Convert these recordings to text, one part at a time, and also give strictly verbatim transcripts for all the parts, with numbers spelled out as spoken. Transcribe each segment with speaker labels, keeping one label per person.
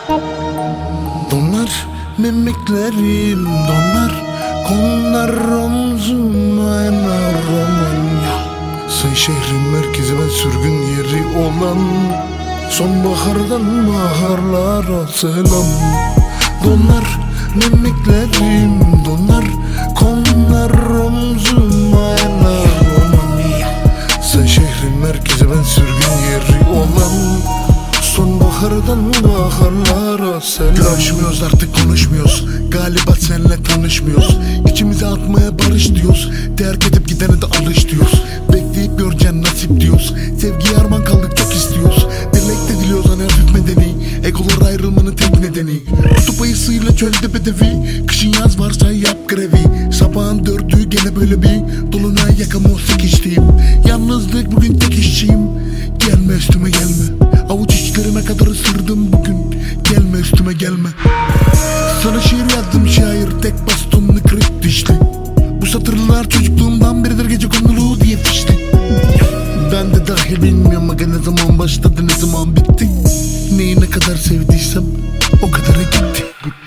Speaker 1: Donar mimiklerim, donar konar omzuma enar Romanya. Sen şehrin merkezi, ben sürgün yeri olan sonbahardan baharlara selam. Donar mimiklerim, donar konar omzuma enar Romanya. Sen şehrin merkezi, ben sürgün yeri olan sonbahardan baharlara selam. Görüşmüyoruz artık, konuşmuyoruz, galiba seninle tanışmıyoruz. İçimize atmaya barış diyoruz, terk edip gidene de alış diyoruz. Bekleyip göreceğin nasip diyoruz, sevgiye armağan kaldık çok istiyoruz. Birlikte diliyoruz hani hafif medeni, egolar ayrılmanın tek nedeni. Kutup ayısıyla çölde bedevi, kışın yaz varsa yap grevi. Sabahın dördü gene böyle bir dolunay yakam olsa geçtiğim. Yalnızlık bugün tek işçiyim. Gelme üstüme gelme, avuç içlerime kadar ısırdım bugün. Gelme üstüme gelme. Sana şiir yazdım şair, tek bastonlu kırık dişli. Bu satırlar çocukluğumdan beridir, gece konulu diye fişli. Ben de dahil bilmiyorum aga, ne zaman başladı ne zaman bitti. Neyi ne kadar sevdiysem o kadarı gitti.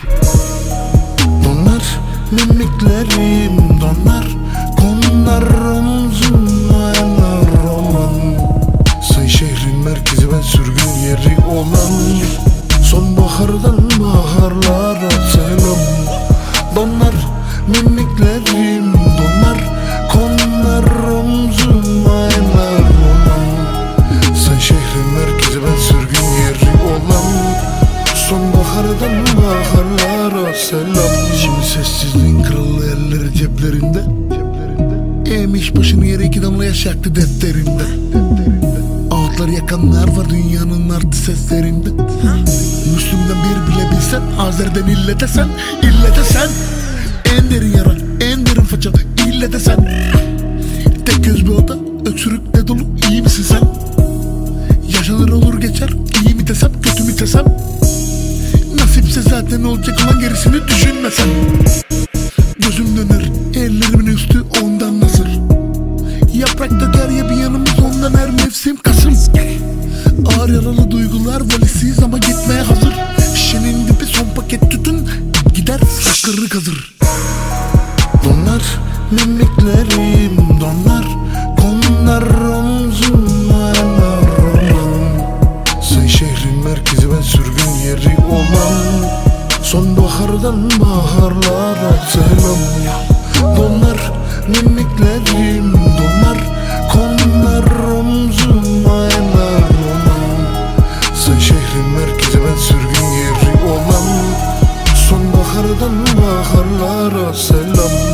Speaker 1: Donar mimiklerim, donar konar omzuma enar roman. Sen şehrin merkezi, ben sürgün yeri olan sonbahardan baharlara selam. Donar mimiklerim, donar konar omzuma enar roman. Sen şehrin merkezi, ben sürgün yeri olan sonbahardan baharlara selam. Şimdi sessizliğin kralı, elleri ceplerinde. Eğmiş başını yere, iki damla yaş yaktı defterinde. Ağıtları yakanlar var dünyanın artı seslerinde. Müslüm'den bir bile bilsen, Azer'den ille desen, ille desen. En derin yara, en derin faça, ille desen. Tek göz bir oda, öksürükle dolu, iyi misin sen? Yaşanır olur geçer, iyi mi desem, kötü mü desem. Nasipse zaten olacak olan, gerisini düşünmesen. Gözüm döner, ellerimin üstü ondan nasır. Yaprak döker ya bir yanımız, ondan her mevsim Kasım. Ağır yaralı duygular valisiz ama gitmeye hazır. Şişenin dibi son paket tütün, gider sakırı kazır. Donar mimiklerim, donar konar omzuma enar roman. Sen şehrin merkezi, ben sürgün yeri olan sonbahardan baharlara selam. Donar mimiklerim, donar konar omzuma enar roman. Sen şehrin merkezi, ben sürgün yeri olan sonbahardan baharlara selam.